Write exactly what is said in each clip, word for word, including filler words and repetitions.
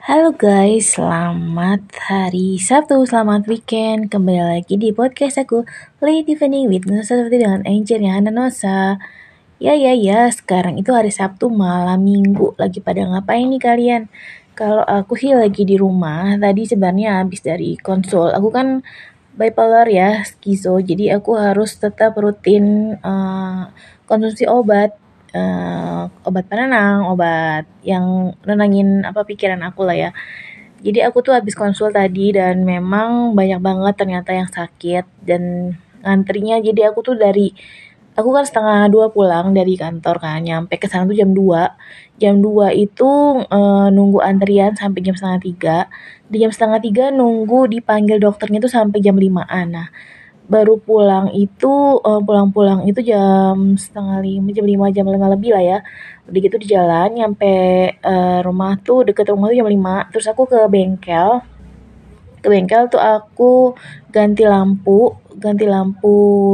Halo guys, selamat hari Sabtu, selamat weekend. Kembali lagi di podcast aku, Lady Evening with Nusa seperti dengan Angel ya, Hana Nosa. Ya ya ya, sekarang itu hari Sabtu malam minggu. Lagi pada ngapain nih kalian? Kalau aku sih lagi di rumah. Tadi sebenarnya habis dari konsul. Aku kan bipolar ya, skizo. Jadi aku harus tetap rutin uh, konsumsi obat. Uh, obat penenang, obat yang nenangin apa pikiran aku lah ya. Jadi aku tuh habis konsul tadi dan memang banyak banget ternyata yang sakit dan ngantrinya. Jadi aku tuh dari aku kan setengah dua pulang dari kantor kan, nyampe ke sana tuh jam dua. Jam dua itu uh, nunggu antrian sampai jam setengah tiga. Di jam setengah tiga nunggu dipanggil dokternya tuh sampai jam limaan. Nah, baru pulang itu uh, pulang-pulang itu jam setengah lima, jam lima, jam lima lebih lah ya. Udah gitu di jalan nyampe uh, rumah tuh deket rumah tuh jam lima. Terus aku ke bengkel. Ke bengkel tuh aku ganti lampu, ganti lampu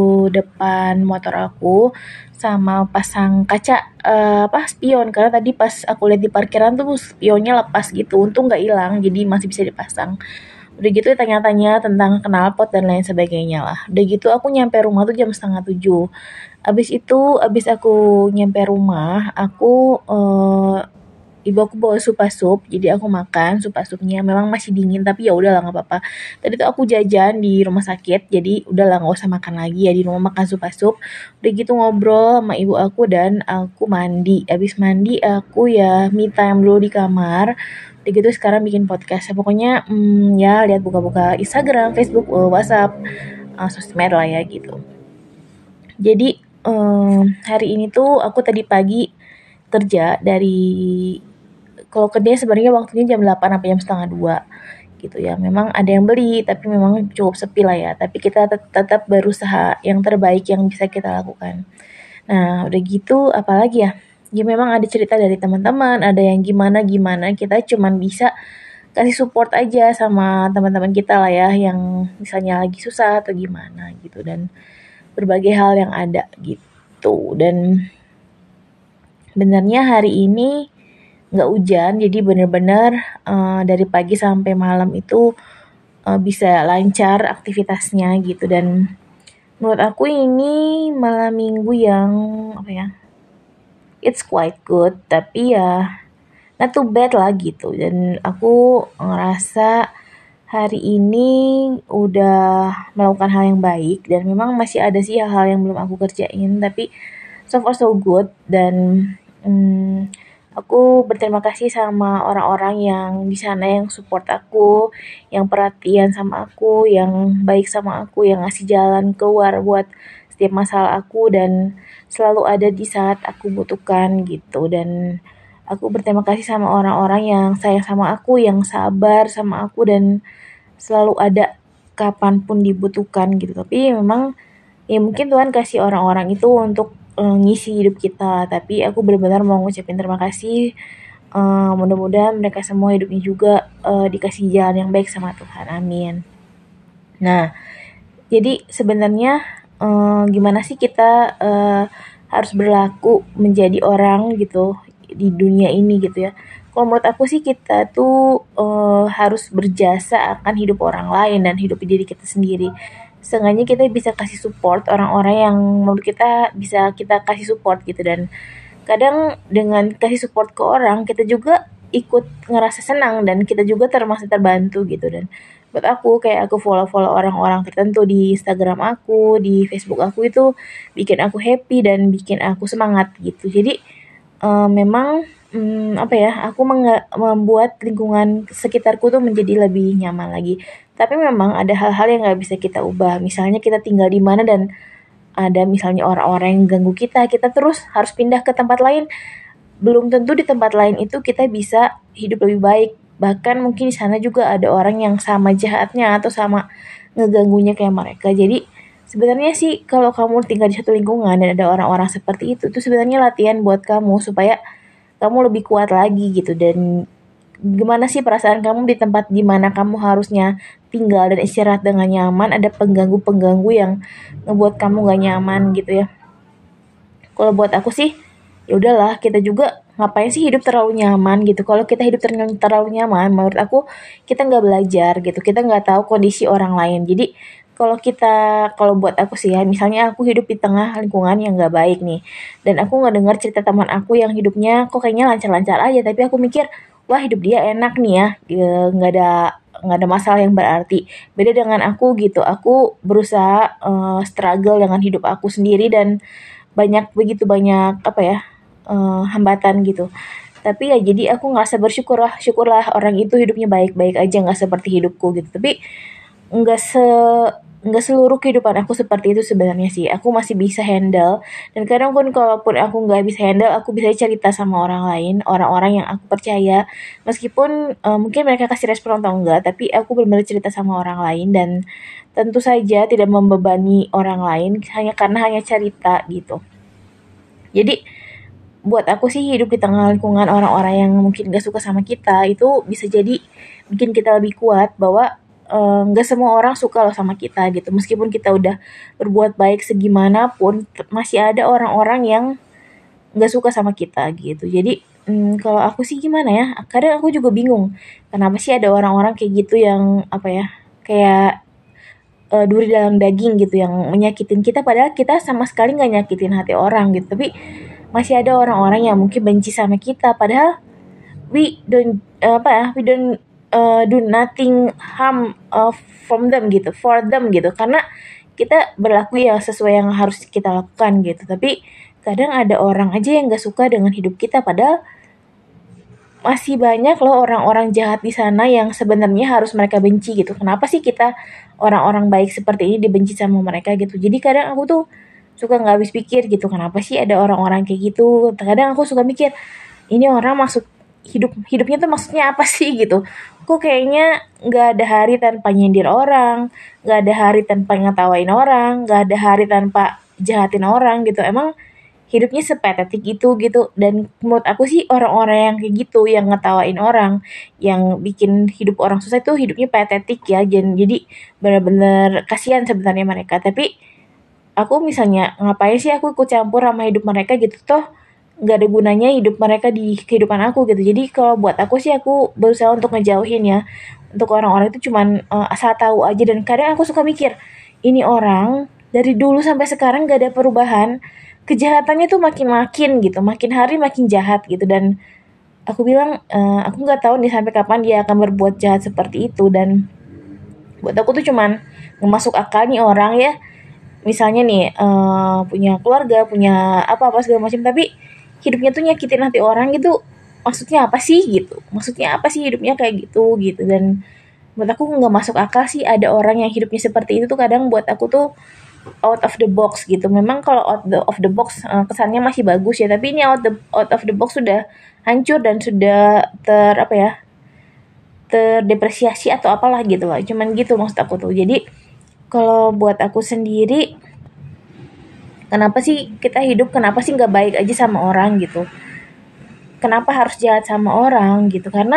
depan motor aku sama pasang kaca uh, apa spion karena tadi pas aku lihat di parkiran tuh spionnya lepas gitu. Untung nggak hilang, jadi masih bisa dipasang. Udah gitu tanya-tanya tentang knalpot dan lain sebagainya lah. Udah gitu aku nyampe rumah tuh jam setengah tujuh. Abis itu, abis aku nyampe rumah, aku uh, ibu aku bawa sup sup, jadi aku makan sup supnya. Memang masih dingin tapi ya udahlah nggak apa-apa. Tadi tuh aku jajan di rumah sakit, jadi udahlah nggak usah makan lagi ya di rumah makan sup sup. Udah gitu ngobrol sama ibu aku dan aku mandi. Abis mandi aku ya me time dulu di kamar. Udah gitu sekarang bikin podcast. Pokoknya hmm, ya lihat buka-buka Instagram, Facebook, uh, WhatsApp, uh, sosmed lah ya gitu. Jadi um, hari ini tuh aku tadi pagi kerja dari kalau kerja sebenarnya waktunya jam delapan sampai jam setengah dua gitu ya. Memang ada yang beli tapi memang cukup sepi lah ya. Tapi kita tet- tetap berusaha yang terbaik yang bisa kita lakukan. Nah udah gitu apalagi ya. Ya memang ada cerita dari teman-teman, ada yang gimana-gimana, kita cuman bisa kasih support aja sama teman-teman kita lah ya yang misalnya lagi susah atau gimana gitu dan berbagai hal yang ada gitu. Dan benernya hari ini nggak hujan, jadi bener-bener uh, dari pagi sampai malam itu uh, bisa lancar aktivitasnya gitu. Dan menurut aku ini malam minggu yang apa ya, it's quite good, tapi ya not too bad lah gitu. Dan aku ngerasa hari ini udah melakukan hal yang baik dan memang masih ada sih hal-hal yang belum aku kerjain, tapi so far so good. Dan hmm, aku berterima kasih sama orang-orang yang di sana yang support aku, yang perhatian sama aku, yang baik sama aku, yang ngasih jalan keluar buat setiap masalah aku dan selalu ada di saat aku butuhkan gitu. Dan aku berterima kasih sama orang-orang yang sayang sama aku, yang sabar sama aku dan selalu ada kapanpun dibutuhkan gitu. Tapi memang ya mungkin Tuhan kasih orang-orang itu untuk uh, ngisi hidup kita. Tapi aku benar-benar mau ngucapin terima kasih. Uh, mudah-mudahan mereka semua hidupnya juga uh, dikasih jalan yang baik sama Tuhan. Amin. Nah, jadi sebenarnya uh, gimana sih kita uh, harus berlaku menjadi orang gitu di dunia ini gitu ya. Kalau menurut aku sih kita tuh uh, harus berjasa akan hidup orang lain dan hidup diri kita sendiri. Seenggaknya kita bisa kasih support orang-orang yang menurut kita bisa kita kasih support gitu. Dan kadang dengan kasih support ke orang kita juga ikut ngerasa senang dan kita juga termasuk terbantu gitu. Dan buat aku kayak aku follow-follow orang-orang tertentu di Instagram aku, di Facebook aku itu bikin aku happy dan bikin aku semangat gitu. Jadi uh, memang um, apa ya, aku meng- membuat lingkungan sekitarku tuh menjadi lebih nyaman lagi. Tapi memang ada hal-hal yang nggak bisa kita ubah. Misalnya kita tinggal di mana dan ada misalnya orang-orang yang ganggu kita, kita terus harus pindah ke tempat lain. Belum tentu di tempat lain itu kita bisa hidup lebih baik. Bahkan mungkin di sana juga ada orang yang sama jahatnya atau sama ngeganggunya kayak mereka. Jadi sebenarnya sih kalau kamu tinggal di satu lingkungan dan ada orang-orang seperti itu, itu sebenarnya latihan buat kamu supaya kamu lebih kuat lagi gitu. Dan gimana sih perasaan kamu di tempat di mana kamu harusnya tinggal dan istirahat dengan nyaman, ada pengganggu-pengganggu yang ngebuat kamu gak nyaman gitu ya. Kalau buat aku sih ya udahlah, kita juga ngapain sih hidup terlalu nyaman gitu. Kalau kita hidup ter- terlalu nyaman, menurut aku kita nggak belajar gitu, kita nggak tahu kondisi orang lain. Jadi kalau kita, kalau buat aku sih ya, misalnya aku hidup di tengah lingkungan yang nggak baik nih, dan aku nggak dengar cerita teman aku yang hidupnya kok kayaknya lancar-lancar aja, tapi aku mikir, wah hidup dia enak nih ya, gitu, nggak ada nggak ada masalah yang berarti. Beda dengan aku gitu, aku berusaha uh, struggle dengan hidup aku sendiri dan banyak begitu banyak apa ya, uh, hambatan gitu. Tapi ya jadi aku ngerasa bersyukur lah, syukurlah orang itu hidupnya baik-baik aja, nggak seperti hidupku gitu. Tapi nggak se nggak seluruh kehidupan aku seperti itu sebenarnya sih. Aku masih bisa handle, dan kadang pun kalaupun aku nggak bisa handle, aku bisa cerita sama orang lain, orang-orang yang aku percaya. Meskipun uh, mungkin mereka kasih respon atau enggak, tapi aku benar-benar cerita sama orang lain, dan tentu saja tidak membebani orang lain hanya karena hanya cerita gitu. Jadi buat aku sih hidup di tengah lingkungan orang-orang yang mungkin gak suka sama kita itu bisa jadi bikin kita lebih kuat bahwa eh, nggak uh, semua orang suka loh sama kita gitu. Meskipun kita udah berbuat baik segimanapun, masih ada orang-orang yang nggak suka sama kita gitu. Jadi hmm, kalau aku sih gimana ya? Kadang aku juga bingung. Kenapa sih ada orang-orang kayak gitu yang apa ya? Kayak uh, duri dalam daging gitu yang menyakitin kita, padahal kita sama sekali nggak nyakitin hati orang gitu. Tapi masih ada orang-orang yang mungkin benci sama kita, padahal we don't uh, apa ya we don't uh, do nothing harm uh, from them gitu, for them gitu, karena kita berlaku ya sesuai yang harus kita lakukan gitu. Tapi kadang ada orang aja yang gak suka dengan hidup kita, padahal masih banyak loh orang-orang jahat di sana yang sebenarnya harus mereka benci gitu. Kenapa sih kita orang-orang baik seperti ini dibenci sama mereka gitu? Jadi kadang aku tuh suka nggak habis pikir gitu, kenapa sih ada orang-orang kayak gitu. Kadang aku suka mikir, ini orang maksud hidup hidupnya tuh maksudnya apa sih gitu. Kok kayaknya nggak ada hari tanpa nyindir orang, nggak ada hari tanpa ngetawain orang, nggak ada hari tanpa jahatin orang gitu. Emang hidupnya sepatetik itu gitu. Dan menurut aku sih orang-orang yang kayak gitu, yang ngetawain orang, yang bikin hidup orang susah, itu hidupnya patetik ya. Jadi benar-benar kasihan sebenarnya mereka. Tapi aku misalnya ngapain sih aku ikut campur sama hidup mereka gitu, toh nggak ada gunanya hidup mereka di kehidupan aku gitu. Jadi kalau buat aku sih aku berusaha untuk ngejauhin ya, untuk orang-orang itu cuman uh, asal tahu aja. Dan kadang aku suka mikir, ini orang dari dulu sampai sekarang gak ada perubahan, kejahatannya tuh makin-makin gitu, makin hari makin jahat gitu. Dan aku bilang uh, aku nggak tahu nih sampai kapan dia akan berbuat jahat seperti itu. Dan buat aku tuh cuman ngemasuk akal nih orang ya, misalnya nih uh, punya keluarga, punya apa-apa segala macam, tapi hidupnya tuh nyakitin hati orang gitu. Maksudnya apa sih gitu? Maksudnya apa sih hidupnya kayak gitu gitu. Dan buat aku nggak masuk akal sih ada orang yang hidupnya seperti itu tuh. Kadang buat aku tuh out of the box gitu. Memang kalau out the, of the box uh, kesannya masih bagus ya, tapi ini out the out of the box sudah hancur dan sudah ter apa ya terdepresiasi atau apalah gitu lah. Cuman gitu maksud aku tuh. Jadi kalau buat aku sendiri, kenapa sih kita hidup, kenapa sih nggak baik aja sama orang gitu? Kenapa harus jahat sama orang gitu? Karena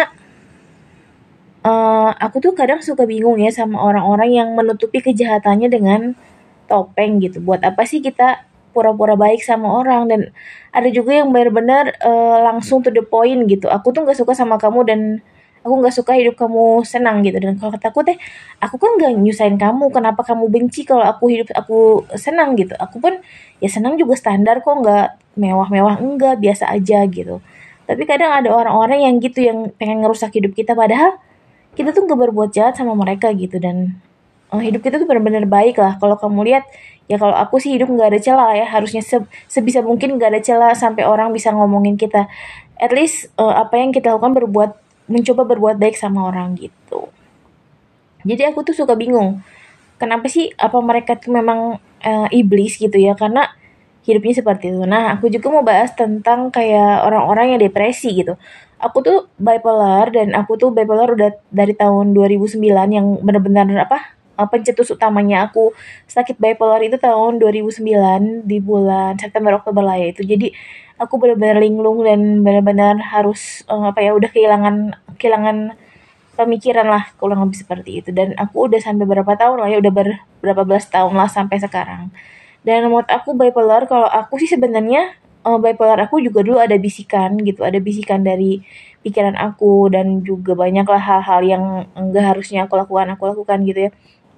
uh, aku tuh kadang suka bingung ya sama orang-orang yang menutupi kejahatannya dengan topeng gitu. Buat apa sih kita pura-pura baik sama orang? Dan ada juga yang benar-benar uh, langsung to the point gitu. Aku tuh nggak suka sama kamu dan aku nggak suka hidup kamu senang gitu. Dan kalau kataku teh, aku kan nggak nyusahin kamu, kenapa kamu benci kalau aku hidup aku senang gitu? Aku pun ya senang juga standar kok, nggak mewah-mewah, enggak, biasa aja gitu. Tapi kadang ada orang-orang yang gitu, yang pengen ngerusak hidup kita, padahal kita tuh nggak berbuat jahat sama mereka gitu. Dan uh, hidup kita tuh benar-benar baik lah. Kalau kamu lihat ya, kalau aku sih hidup nggak ada celah ya, harusnya se- sebisa mungkin nggak ada celah sampai orang bisa ngomongin kita. At least uh, apa yang kita lakukan berbuat mencoba berbuat baik sama orang gitu. Jadi aku tuh suka bingung, kenapa sih, apa mereka tuh memang uh, iblis gitu ya, karena hidupnya seperti itu. Nah, aku juga mau bahas tentang kayak orang-orang yang depresi gitu. Aku tuh bipolar, dan aku tuh bipolar udah dari tahun dua ribu sembilan, yang benar-benar apa, uh, pencetus utamanya aku sakit bipolar itu tahun dua ribu sembilan di bulan September Oktober lah ya itu. Jadi aku benar-benar linglung dan benar-benar harus uh, apa ya, udah kehilangan kehilangan pemikiran lah kurang lebih seperti itu. Dan aku udah sampai berapa tahun lah ya, udah ber, berapa belas tahun lah sampai sekarang. Dan menurut aku bipolar, kalau aku sih sebenarnya uh, bipolar aku juga dulu ada bisikan gitu, ada bisikan dari pikiran aku, dan juga banyaklah hal-hal yang enggak harusnya aku lakukan, aku lakukan gitu ya.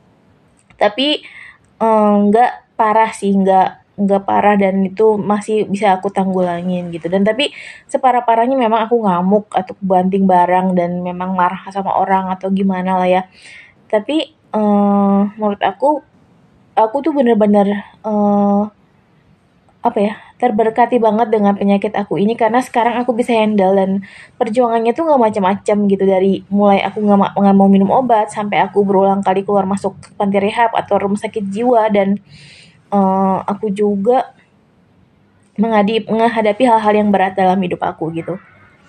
Tapi enggak uh, parah sih, enggak enggak parah, dan itu masih bisa aku tanggulangin gitu. Dan tapi separah-parahnya memang aku ngamuk atau banting barang dan memang marah sama orang atau gimana lah ya. Tapi uh, menurut aku aku tuh bener-bener uh, apa ya, terberkati banget dengan penyakit aku ini, karena sekarang aku bisa handle, dan perjuangannya tuh nggak macam-macam gitu, dari mulai aku nggak ma- nggak mau minum obat sampai aku berulang kali keluar masuk panti rehab atau rumah sakit jiwa, dan uh, aku juga menghadapi menghadapi hal-hal yang berat dalam hidup aku gitu.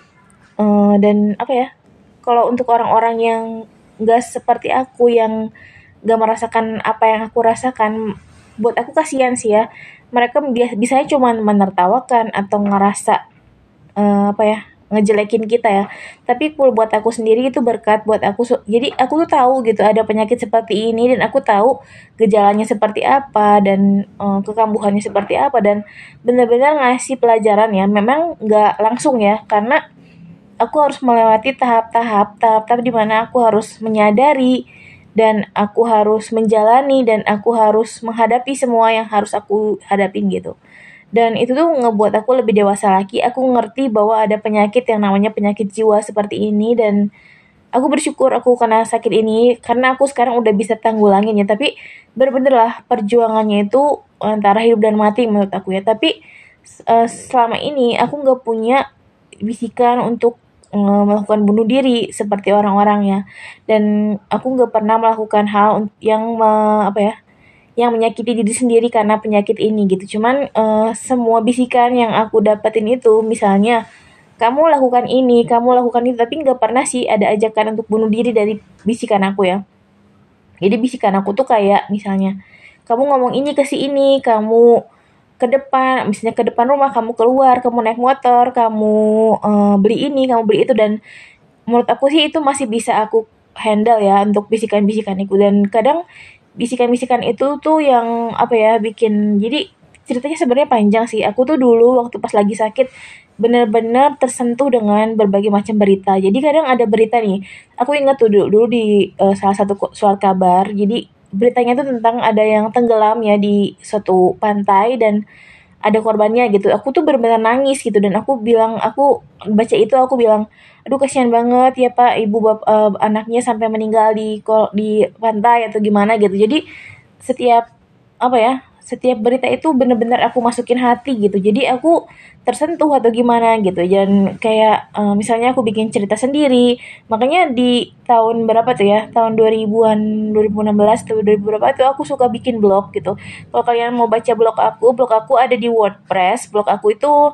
Uh, dan apa ya, kalau untuk orang-orang yang nggak seperti aku, yang nggak merasakan apa yang aku rasakan, buat aku kasihan sih ya. Mereka bias- bisanya cuma menertawakan atau ngerasa eh, apa ya, ngejelekin kita ya. Tapi pul buat aku sendiri itu berkat buat aku. Su- Jadi aku tuh tahu gitu ada penyakit seperti ini, dan aku tahu gejalanya seperti apa, dan eh, kekambuhannya seperti apa, dan benar-benar ngasih pelajaran ya. Memang nggak langsung ya, karena aku harus melewati tahap-tahap, tahap-tahap di mana aku harus menyadari, dan aku harus menjalani, dan aku harus menghadapi semua yang harus aku hadapin gitu. Dan itu tuh ngebuat aku lebih dewasa lagi. Aku ngerti bahwa ada penyakit yang namanya penyakit jiwa seperti ini, dan aku bersyukur aku kena sakit ini karena aku sekarang udah bisa tanggulangin ya. Tapi bener-bener lah perjuangannya itu antara hidup dan mati menurut aku ya. Tapi uh, selama ini aku nggak punya bisikan untuk uh, melakukan bunuh diri seperti orang-orang ya. Dan aku nggak pernah melakukan hal yang uh, apa ya, yang menyakiti diri sendiri karena penyakit ini gitu. Cuman uh, semua bisikan yang aku dapetin itu, misalnya kamu lakukan ini, kamu lakukan itu, tapi nggak pernah sih ada ajakan untuk bunuh diri dari bisikan aku ya. Jadi bisikan aku tuh kayak misalnya, kamu ngomong ini ke si ini, kamu ke depan, misalnya ke depan rumah, kamu keluar, kamu naik motor, kamu uh, beli ini, kamu beli itu, dan menurut aku sih itu masih bisa aku handle ya untuk bisikan-bisikan itu. Dan kadang bisikan-bisikan itu tuh yang apa ya, bikin, jadi ceritanya sebenarnya panjang sih. Aku tuh dulu waktu pas lagi sakit benar-benar tersentuh dengan berbagai macam berita. Jadi kadang ada berita nih, aku ingat tuh dulu, dulu di uh, salah satu surat kabar. Jadi beritanya tuh tentang ada yang tenggelam ya di suatu pantai, dan ada korbannya gitu. Aku tuh benar-benar nangis gitu, dan aku bilang, aku baca itu aku bilang, aduh kasihan banget ya Pak, ibu bap, uh, anaknya sampai meninggal di di pantai atau gimana gitu. Jadi setiap apa ya, setiap berita itu benar-benar aku masukin hati gitu. Jadi aku tersentuh atau gimana gitu. Dan kayak uh, misalnya aku bikin cerita sendiri. Makanya di tahun berapa tuh ya? Tahun dua ribuan, dua ribu enam belas atau dua ribu berapa tuh aku suka bikin blog gitu. Kalau kalian mau baca blog aku, blog aku ada di WordPress. Blog aku itu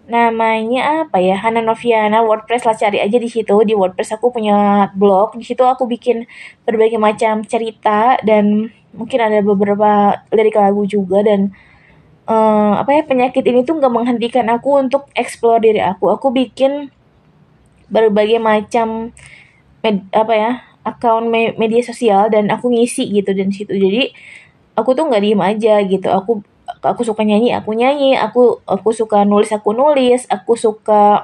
namanya apa ya, Hana Noviana WordPress lah, cari aja di situ. Di WordPress aku punya blog, di situ aku bikin berbagai macam cerita, dan mungkin ada beberapa lirik lagu juga. Dan uh, apa ya, penyakit ini tuh nggak menghentikan aku untuk explore diri aku. Aku bikin berbagai macam med, apa ya, akun me, media sosial, dan aku ngisi gitu dan situ. Jadi aku tuh nggak diem aja gitu. Aku aku suka nyanyi, aku nyanyi. Aku aku suka nulis, aku nulis. Aku suka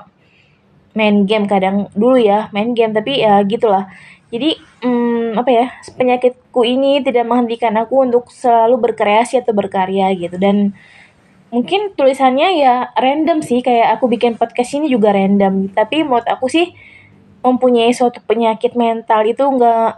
main game kadang dulu ya, main game, tapi ya gitulah. Jadi hmm, apa ya, penyakitku ini tidak menghentikan aku untuk selalu berkreasi atau berkarya gitu. Dan mungkin tulisannya ya random sih, kayak aku bikin podcast ini juga random. Tapi menurut aku sih mempunyai suatu penyakit mental itu nggak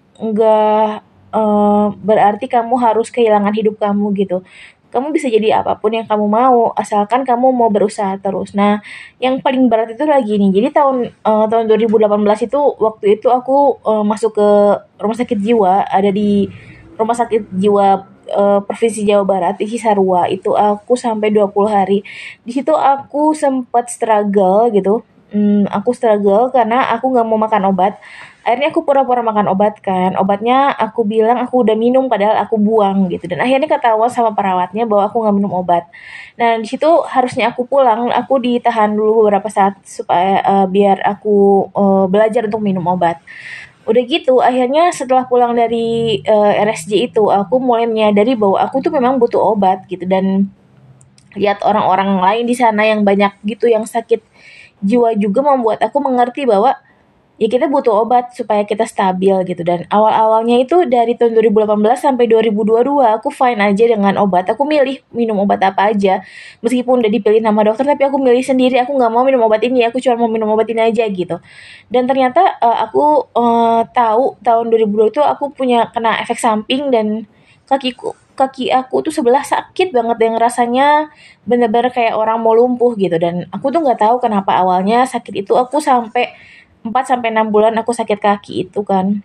nggak uh, berarti kamu harus kehilangan hidup kamu gitu. Kamu bisa jadi apapun yang kamu mau, asalkan kamu mau berusaha terus. Nah, yang paling berat itu lagi nih. Jadi tahun uh, tahun dua ribu delapan belas itu, waktu itu aku uh, masuk ke rumah sakit jiwa, ada di rumah sakit jiwa uh, Provinsi Jawa Barat di Cisarua. Itu aku sampai dua puluh hari. Di situ aku sempat struggle gitu. Hmm, aku struggle karena aku nggak mau makan obat. Akhirnya aku pura-pura makan obat kan. Obatnya aku bilang aku udah minum padahal aku buang gitu. Dan akhirnya ketahuan sama perawatnya bahwa aku nggak minum obat. Nah di situ harusnya aku pulang. Aku ditahan dulu beberapa saat supaya uh, biar aku uh, belajar untuk minum obat. Udah gitu, akhirnya setelah pulang dari uh, R S J itu, aku mulai menyadari bahwa aku tuh memang butuh obat gitu. Dan lihat orang-orang lain di sana yang banyak gitu yang sakit jiwa juga membuat aku mengerti bahwa ya kita butuh obat supaya kita stabil gitu. Dan awal-awalnya itu dari tahun dua ribu delapan belas sampai dua ribu dua puluh dua aku fine aja dengan obat. Aku milih minum obat apa aja. Meskipun udah dipilih nama dokter tapi aku milih sendiri. Aku nggak mau minum obat ini, aku cuma mau minum obat ini aja gitu. Dan ternyata uh, aku uh, tahu tahun dua ribu dua puluh itu aku punya kena efek samping dan kakiku kaki aku tuh sebelah sakit banget yang rasanya bener-bener kayak orang mau lumpuh gitu. Dan aku tuh nggak tahu kenapa awalnya sakit itu aku sampai empat sampai enam bulan aku sakit kaki itu kan.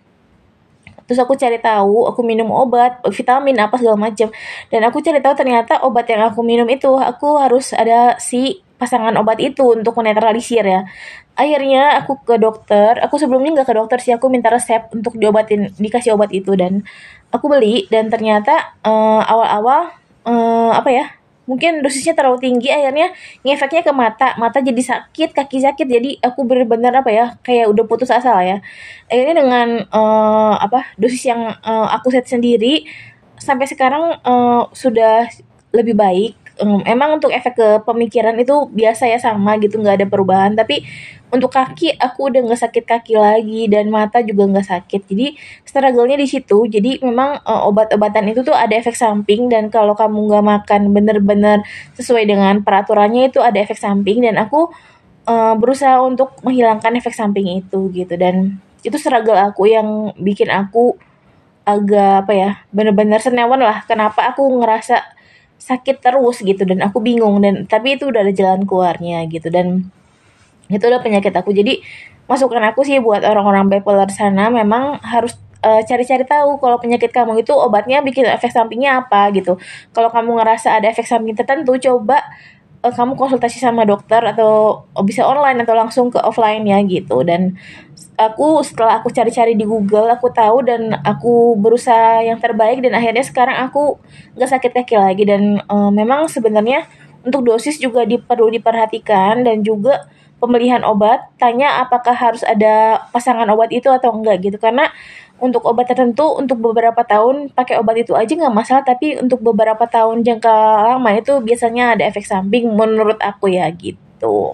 Terus aku cari tahu, aku minum obat, vitamin apa segala macam. Dan aku cari tahu ternyata obat yang aku minum itu aku harus ada si pasangan obat itu untuk menetralisir ya. Akhirnya aku ke dokter, aku sebelumnya nggak ke dokter sih, aku minta resep untuk diobatin, dikasih obat itu dan aku beli dan ternyata uh, awal-awal uh, apa ya? Mungkin dosisnya terlalu tinggi akhirnya ngefeknya ke mata, mata jadi sakit, kaki sakit, jadi aku bener-bener apa ya, kayak udah putus asa lah ya. Akhirnya dengan uh, apa dosis yang uh, aku set sendiri sampai sekarang uh, sudah lebih baik. Um, emang untuk efek ke pemikiran itu biasa ya sama gitu nggak ada perubahan, tapi untuk kaki aku udah nggak sakit kaki lagi dan mata juga nggak sakit. Jadi struggle-nya di situ. Jadi memang uh, obat-obatan itu tuh ada efek samping dan kalau kamu nggak makan bener-bener sesuai dengan peraturannya itu ada efek samping dan aku uh, berusaha untuk menghilangkan efek samping itu gitu. Dan itu struggle aku yang bikin aku agak apa ya, bener-bener senewan lah kenapa aku ngerasa sakit terus gitu dan aku bingung. Dan tapi itu udah ada jalan keluarnya gitu dan itu udah penyakit aku. Jadi masukan aku sih buat orang-orang bipolar sana memang harus uh, cari-cari tahu kalau penyakit kamu itu obatnya bikin efek sampingnya apa gitu. Kalau kamu ngerasa ada efek samping tertentu, coba uh, kamu konsultasi sama dokter atau oh, bisa online atau langsung ke offline ya gitu. Dan aku setelah aku cari-cari di Google aku tahu dan aku berusaha yang terbaik dan akhirnya sekarang aku nggak sakit kaki lagi. Dan uh, memang sebenarnya untuk dosis juga di, perlu diperhatikan dan juga pemilihan obat, tanya apakah harus ada pasangan obat itu atau enggak gitu. Karena untuk obat tertentu untuk beberapa tahun pakai obat itu aja nggak masalah, tapi untuk beberapa tahun jangka lama itu biasanya ada efek samping menurut aku ya gitu.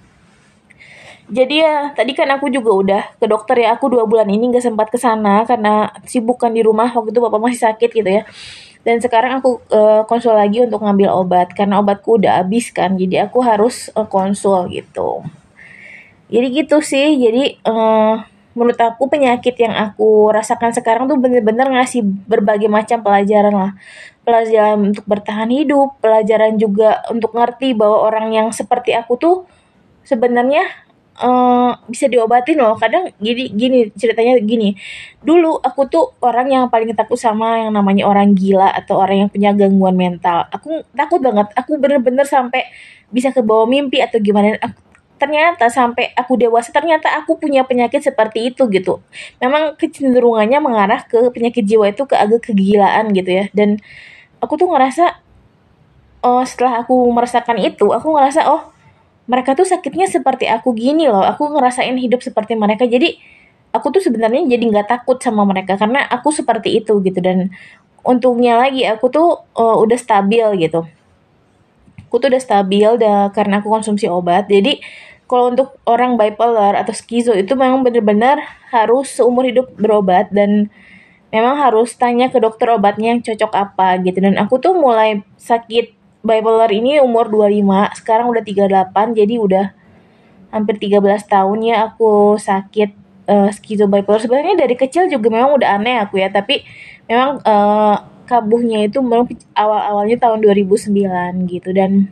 Jadi ya tadi kan aku juga udah ke dokter ya, aku dua bulan ini nggak sempat ke sana karena sibuk kan di rumah, waktu itu bapak masih sakit gitu ya. Dan sekarang aku uh, konsul lagi untuk ngambil obat karena obatku udah habis kan, jadi aku harus uh, konsul gitu. Jadi gitu sih. Jadi uh, menurut aku penyakit yang aku rasakan sekarang tuh bener-bener ngasih berbagai macam pelajaran lah. Pelajaran untuk bertahan hidup, pelajaran juga untuk ngerti bahwa orang yang seperti aku tuh sebenarnya uh, bisa diobatin loh. Kadang gini, gini ceritanya gini. Dulu aku tuh orang yang paling takut sama yang namanya orang gila atau orang yang punya gangguan mental. Aku takut banget. Aku bener-bener sampai bisa kebawa mimpi atau gimana. Aku, ternyata sampai aku dewasa ternyata aku punya penyakit seperti itu gitu. Memang kecenderungannya mengarah ke penyakit jiwa itu ke agak kegilaan gitu ya. Dan aku tuh ngerasa oh setelah aku merasakan itu aku ngerasa oh mereka tuh sakitnya seperti aku gini loh. Aku ngerasain hidup seperti mereka. Jadi aku tuh sebenarnya jadi nggak takut sama mereka karena aku seperti itu gitu. Dan untungnya lagi aku tuh uh, udah stabil gitu. Aku tuh udah stabil dah karena aku konsumsi obat. Jadi kalau untuk orang bipolar atau skizo itu memang benar-benar harus seumur hidup berobat dan memang harus tanya ke dokter obatnya yang cocok apa gitu. Dan aku tuh mulai sakit bipolar ini umur dua puluh lima, sekarang udah tiga puluh delapan, jadi udah hampir tiga belas tahun ya aku sakit uh, skizo bipolar. Sebenarnya dari kecil juga memang udah aneh aku ya, tapi memang uh, kambuhnya itu memang awal-awalnya tahun dua ribu sembilan gitu. Dan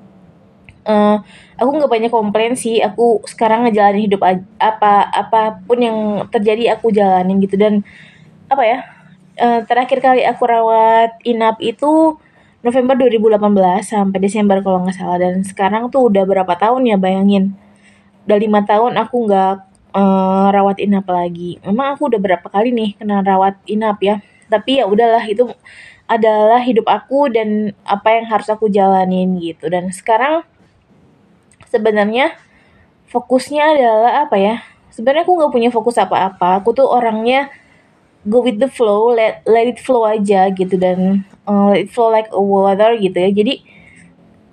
uh, aku nggak banyak komplain sih. Aku sekarang ngejalanin hidup aja, apa apapun yang terjadi aku jalanin gitu. Dan apa ya, uh, terakhir kali aku rawat inap itu November dua ribu delapan belas sampai Desember kalau nggak salah. Dan sekarang tuh udah berapa tahun ya, bayangin. Udah lima tahun aku nggak uh, rawat inap lagi. Memang aku udah berapa kali nih kena rawat inap ya. Tapi ya udahlah, itu adalah hidup aku dan apa yang harus aku jalanin gitu. Dan sekarang sebenarnya fokusnya adalah apa ya? Sebenarnya aku nggak punya fokus apa-apa. Aku tuh orangnya go with the flow, let let it flow aja gitu. Dan uh, let it flow like a water gitu ya. Jadi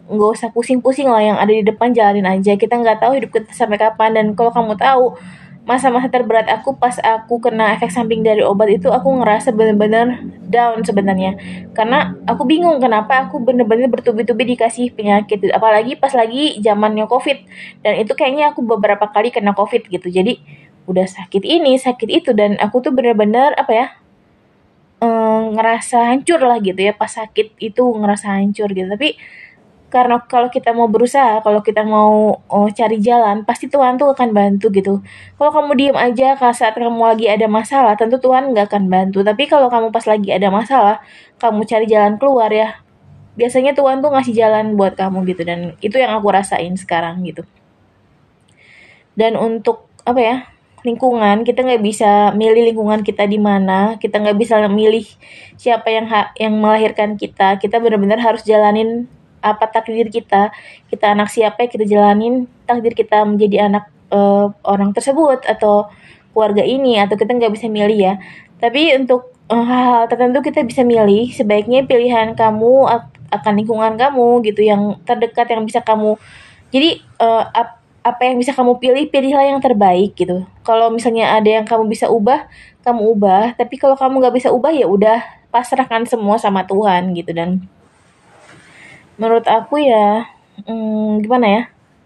nggak usah pusing-pusing lah yang ada di depan, jalanin aja. Kita nggak tahu hidup kita sampai kapan. Dan kalau kamu tahu masa-masa terberat aku pas aku kena efek samping dari obat itu, aku ngerasa bener-bener down sebenarnya. Karena aku bingung kenapa aku bener-bener bertubi-tubi dikasih penyakit. Apalagi pas lagi zamannya COVID. Dan itu kayaknya aku beberapa kali kena COVID gitu. Jadi udah sakit ini, sakit itu. Dan aku tuh bener-bener apa ya, eh, ngerasa hancur lah gitu ya. Pas sakit itu ngerasa hancur gitu. Tapi karena kalau kita mau berusaha, kalau kita mau oh, cari jalan, pasti Tuhan tuh akan bantu gitu. Kalau kamu diem aja kalau saat kamu lagi ada masalah, tentu Tuhan nggak akan bantu. Tapi kalau kamu pas lagi ada masalah, kamu cari jalan keluar ya, biasanya Tuhan tuh ngasih jalan buat kamu gitu. Dan itu yang aku rasain sekarang gitu. Dan untuk apa ya, lingkungan, kita nggak bisa milih lingkungan kita di mana, kita nggak bisa milih siapa yang ha- yang melahirkan kita. Kita benar-benar harus jalanin apa takdir kita. Kita anak siapa, kita jalanin takdir kita menjadi anak uh, orang tersebut atau keluarga ini, atau kita nggak bisa milih ya. Tapi untuk uh, hal-hal tertentu kita bisa milih. Sebaiknya pilihan kamu akan lingkungan kamu gitu, yang terdekat, yang bisa kamu, jadi uh, ap- apa yang bisa kamu pilih, pilihlah yang terbaik gitu. Kalau misalnya ada yang kamu bisa ubah, kamu ubah. Tapi kalau kamu nggak bisa ubah, ya udah, pasrahkan semua sama Tuhan gitu. Dan menurut aku ya, hmm, gimana ya,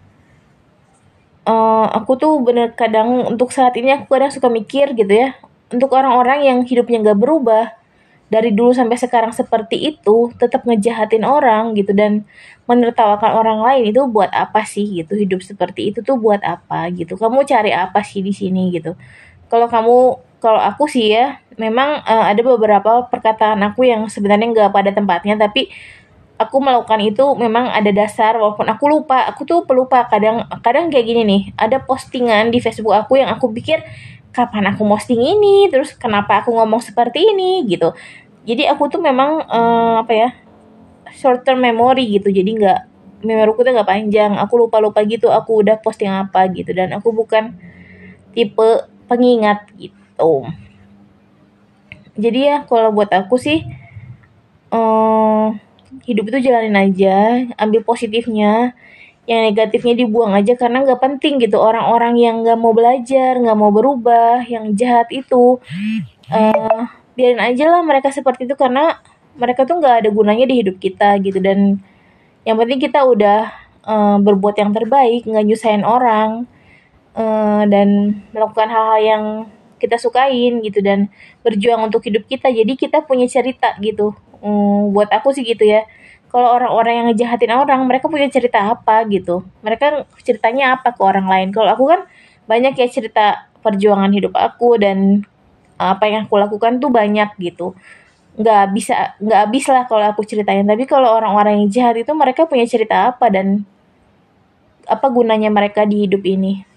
uh, aku tuh bener kadang untuk saat ini aku kadang suka mikir gitu ya, untuk orang-orang yang hidupnya gak berubah dari dulu sampai sekarang seperti itu, tetap ngejahatin orang gitu dan menertawakan orang lain, itu buat apa sih gitu? Hidup seperti itu tuh buat apa gitu? Kamu cari apa sih di sini gitu? Kalau kamu, kalau aku sih ya, memang uh, ada beberapa perkataan aku yang sebenarnya nggak pada tempatnya, tapi aku melakukan itu memang ada dasar, walaupun aku lupa. Aku tuh pelupa kadang kadang kayak gini nih, ada postingan di Facebook aku yang aku pikir kapan aku posting ini, terus kenapa aku ngomong seperti ini gitu. Jadi aku tuh memang uh, apa ya, short term memory gitu. Jadi nggak, memoriku tuh nggak panjang, aku lupa-lupa gitu aku udah posting apa gitu. Dan aku bukan tipe pengingat gitu. Jadi ya kalau buat aku sih, uh, hidup itu jalanin aja, ambil positifnya, yang negatifnya dibuang aja karena nggak penting gitu. Orang-orang yang nggak mau belajar, nggak mau berubah, yang jahat itu, uh, biarin aja lah mereka seperti itu, karena mereka tuh nggak ada gunanya di hidup kita gitu. Dan yang penting kita udah uh, berbuat yang terbaik, nggak nyusahin orang, uh, dan melakukan hal-hal yang kita sukain gitu, dan berjuang untuk hidup kita. Jadi kita punya cerita gitu. Hmm, buat aku sih gitu ya. Kalau orang-orang yang ngejahatin orang, mereka punya cerita apa gitu? Mereka ceritanya apa ke orang lain? Kalau aku kan banyak ya cerita perjuangan hidup aku, dan apa yang aku lakukan tuh banyak gitu. Nggak bisa, nggak habis lah kalau aku ceritain. Tapi kalau orang-orang yang jahat itu, mereka punya cerita apa dan apa gunanya mereka di hidup ini?